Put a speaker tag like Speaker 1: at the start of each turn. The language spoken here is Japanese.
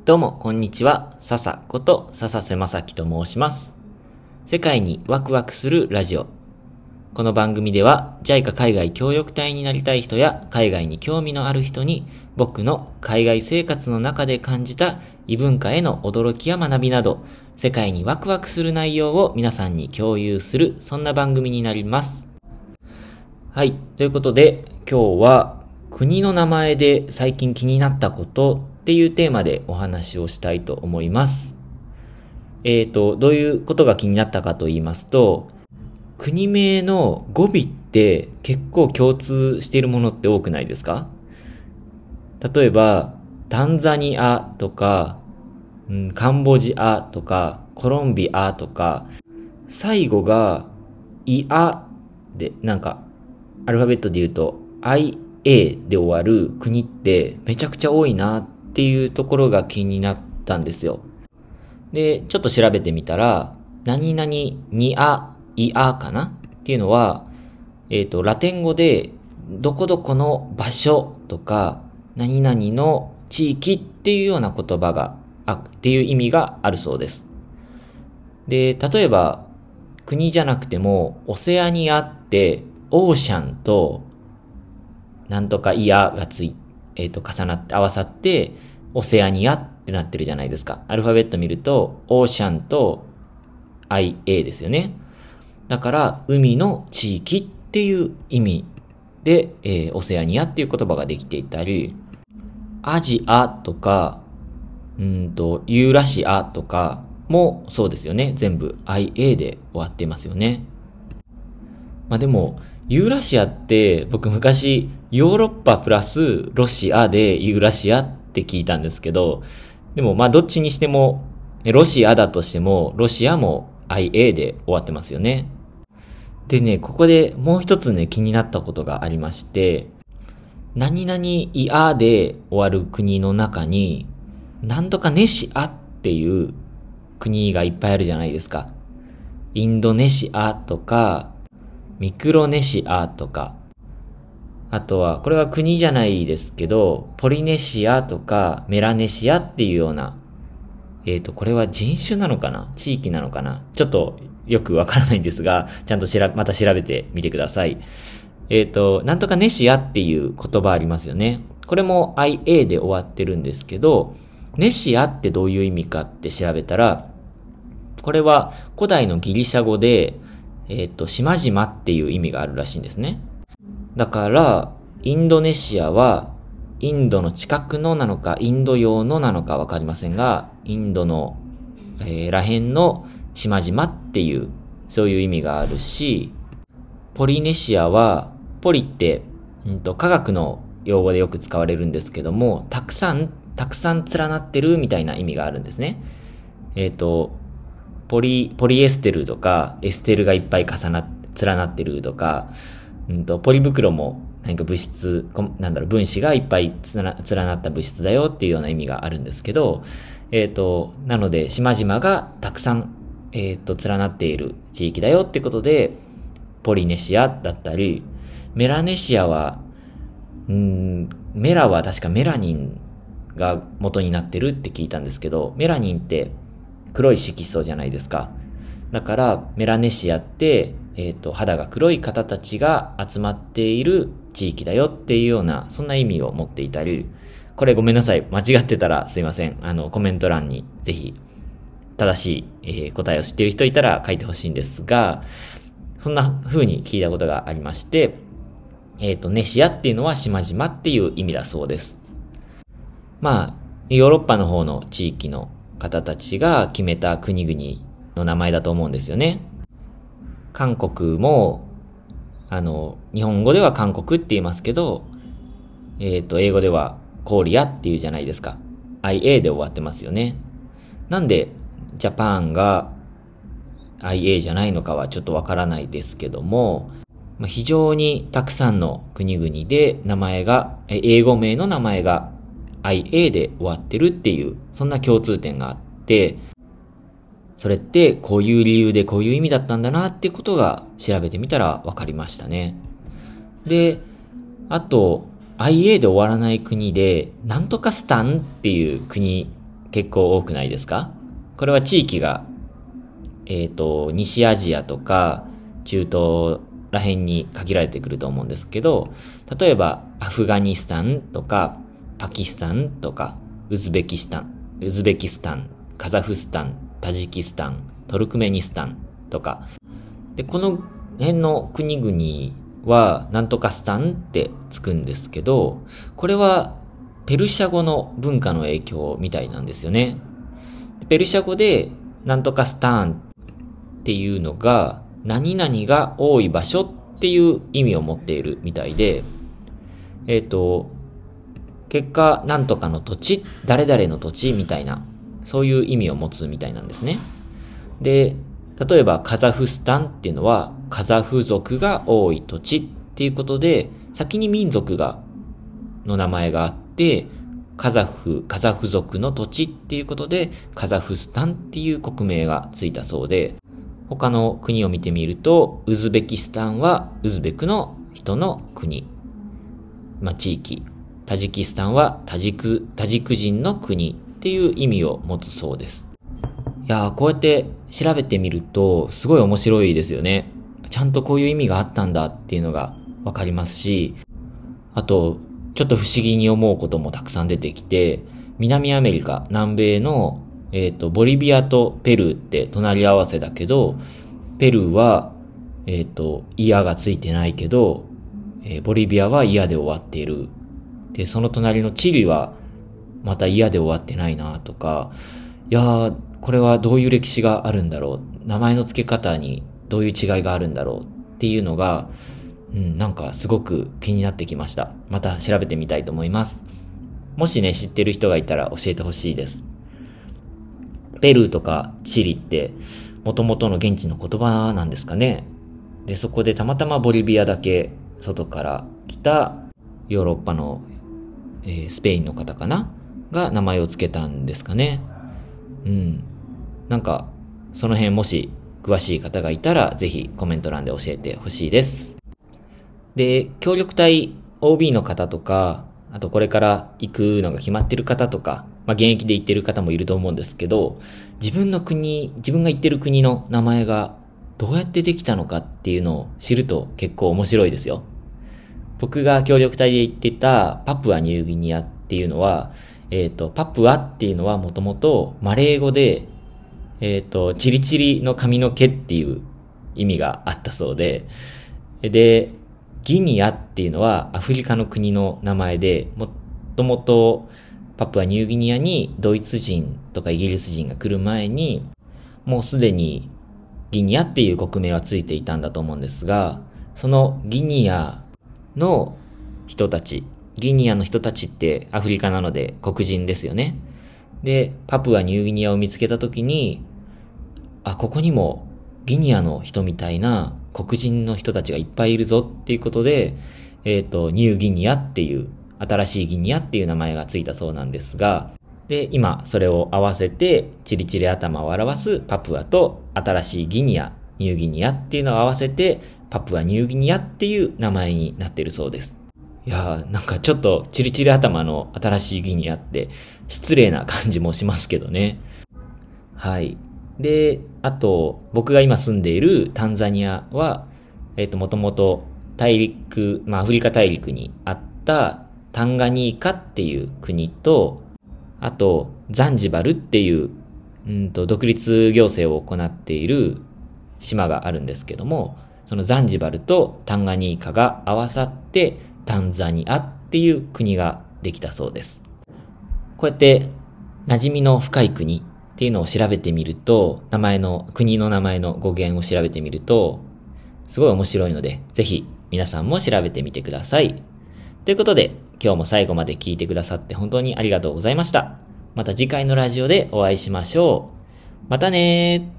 Speaker 1: どうも、こんにちは。笹こと笹瀬正樹と申します。世界にワクワクするラジオ。この番組では、JICA 海外協力隊になりたい人や海外に興味のある人に、僕の海外生活の中で感じた異文化への驚きや学びなど、世界にワクワクする内容を皆さんに共有する、そんな番組になります。はい。ということで、今日は国の名前で最近気になったことっていうテーマでお話をしたいと思います。どういうことが気になったかと言いますと、国名の語尾って結構共通しているものって多くないですか？例えば、タンザニアとか、カンボジアとか、コロンビアとか、最後がイアで、アルファベットで言うと IA で終わる国ってめちゃくちゃ多いなっていうところが気になったんですよ。で、ちょっと調べてみたら、何々にあ、いあかなっていうのは、ラテン語で、どこどこの場所とか、何々の地域っていうような言葉が、っていう意味があるそうです。で、例えば、国じゃなくても、オセアニアって、オーシャンと、なんとかイヤが重なって、合わさって、オセアニアってなってるじゃないですか。アルファベット見ると、オーシャンと IA ですよね。だから、海の地域っていう意味で、オセアニアっていう言葉ができていたり、アジアとか、ユーラシアとかもそうですよね。全部 IA で終わっていますよね。でも、ユーラシアって僕昔ヨーロッパプラスロシアでユーラシアって聞いたんですけど、でもどっちにしてもロシアだとしてもロシアも IA で終わってますよね。でね、ここでもう一つね気になったことがありまして、何々イアで終わる国の中になんとかネシアっていう国がいっぱいあるじゃないですか。インドネシアとかミクロネシアとか、あとは、これは国じゃないですけど、ポリネシアとかメラネシアっていうような、これは人種なのかな？地域なのかな？ちょっとよくわからないんですが、ちゃんとまた調べてみてください。なんとかネシアっていう言葉ありますよね。これも IA で終わってるんですけど、ネシアってどういう意味かって調べたら、これは古代のギリシャ語で、島々っていう意味があるらしいんですね。だから、インドネシアは、インドの近くのなのか、インド洋のなのかわかりませんが、インドの、らへんの島々っていう、そういう意味があるし、ポリネシアは、ポリって、科学の用語でよく使われるんですけども、たくさん連なってるみたいな意味があるんですね。ポリエステルとか、エステルがいっぱい連なってるとか、ポリ袋も何か分子がいっぱい連なった物質だよっていうような意味があるんですけど、なので、島々がたくさん、連なっている地域だよってことで、ポリネシアだったり、メラネシアは、メラは確かメラニンが元になってるって聞いたんですけど、メラニンって黒い色素じゃないですか。だから、メラネシアって、肌が黒い方たちが集まっている地域だよっていうような、そんな意味を持っていたり、これごめんなさい。間違ってたらすいません。コメント欄にぜひ、正しい、答えを知っている人いたら書いてほしいんですが、そんな風に聞いたことがありまして、ネシアっていうのは島々っていう意味だそうです。ヨーロッパの方の地域の方たちが決めた国々の名前だと思うんですよね。韓国も、日本語では韓国って言いますけど、英語ではコーリアっていうじゃないですか。IA で終わってますよね。なんで、ジャパンが IA じゃないのかはちょっとわからないですけども、非常にたくさんの国々で英語名の名前が IA で終わってるっていう、そんな共通点があって、それってこういう理由でこういう意味だったんだなってことが調べてみたら分かりましたね。で、あと IA で終わらない国でなんとかスタンっていう国結構多くないですか？これは地域が、西アジアとか中東ら辺に限られてくると思うんですけど、例えばアフガニスタンとかパキスタンとかウズベキスタン、カザフスタン、タジキスタン、トルクメニスタンとか。で、この辺の国々はなんとかスタンってつくんですけど、これはペルシャ語の文化の影響みたいなんですよね。ペルシャ語でなんとかスタンっていうのが何々が多い場所っていう意味を持っているみたいで、結果なんとかの土地、誰々の土地みたいな、そういう意味を持つみたいなんですね。で、例えばカザフスタンっていうのはカザフ族が多い土地っていうことで、先に民族の名前があって、カザフ族の土地っていうことでカザフスタンっていう国名がついたそうで、他の国を見てみると、ウズベキスタンはウズベクの人の国、地域。タジキスタンはタジク人の国っていう意味を持つそうです。いやー、こうやって調べてみるとすごい面白いですよね。ちゃんとこういう意味があったんだっていうのがわかりますし、あとちょっと不思議に思うこともたくさん出てきて、南アメリカ、南米のボリビアとペルーって隣り合わせだけど、ペルーはイヤがついてないけど、ボリビアはイヤで終わっている。で、その隣のチリはまたイヤで終わってないなとか、いやー、これはどういう歴史があるんだろう、名前の付け方にどういう違いがあるんだろうっていうのが、なんかすごく気になってきました。また調べてみたいと思います。もしね、知ってる人がいたら教えてほしいです。ペルーとかチリって元々の現地の言葉なんですかね。で、そこでたまたまボリビアだけ外から来たヨーロッパの、スペインの方かなが名前を付けたんですかね。なんかその辺もし詳しい方がいたらぜひコメント欄で教えてほしいです。で、協力隊 OB の方とか、あとこれから行くのが決まってる方とか、現役で行ってる方もいると思うんですけど、自分が行ってる国の名前がどうやってできたのかっていうのを知ると結構面白いですよ。僕が協力隊で行ってたパプアニューギニアっていうのは、パプアっていうのはもともとマレー語で、チリチリの髪の毛っていう意味があったそうで、で、ギニアっていうのはアフリカの国の名前で、もともとパプアニューギニアにドイツ人とかイギリス人が来る前に、もうすでにギニアっていう国名はついていたんだと思うんですが、そのギニアの人たちってアフリカなので黒人ですよね。で、パプアニューギニアを見つけたときに、ここにもギニアの人みたいな黒人の人たちがいっぱいいるぞっていうことで、ニューギニアっていう、新しいギニアっていう名前がついたそうなんですが、で、今それを合わせてチリチリ頭を表すパプアと新しいギニア、ニューギニアっていうのを合わせてパプアニューギニアっていう名前になっているそうです。いやー、なんかちょっとチリチリ頭の新しいギニアって失礼な感じもしますけどね。はい。で、あと僕が今住んでいるタンザニアは、もともと大陸、アフリカ大陸にあったタンガニーカっていう国と、あとザンジバルっていう独立行政を行っている島があるんですけども、そのザンジバルとタンガニーカが合わさってタンザニアっていう国ができたそうです。こうやって馴染みの深い国っていうのを調べてみると、国の名前の語源を調べてみると、すごい面白いので、ぜひ皆さんも調べてみてください。ということで、今日も最後まで聞いてくださって本当にありがとうございました。また次回のラジオでお会いしましょう。またねー。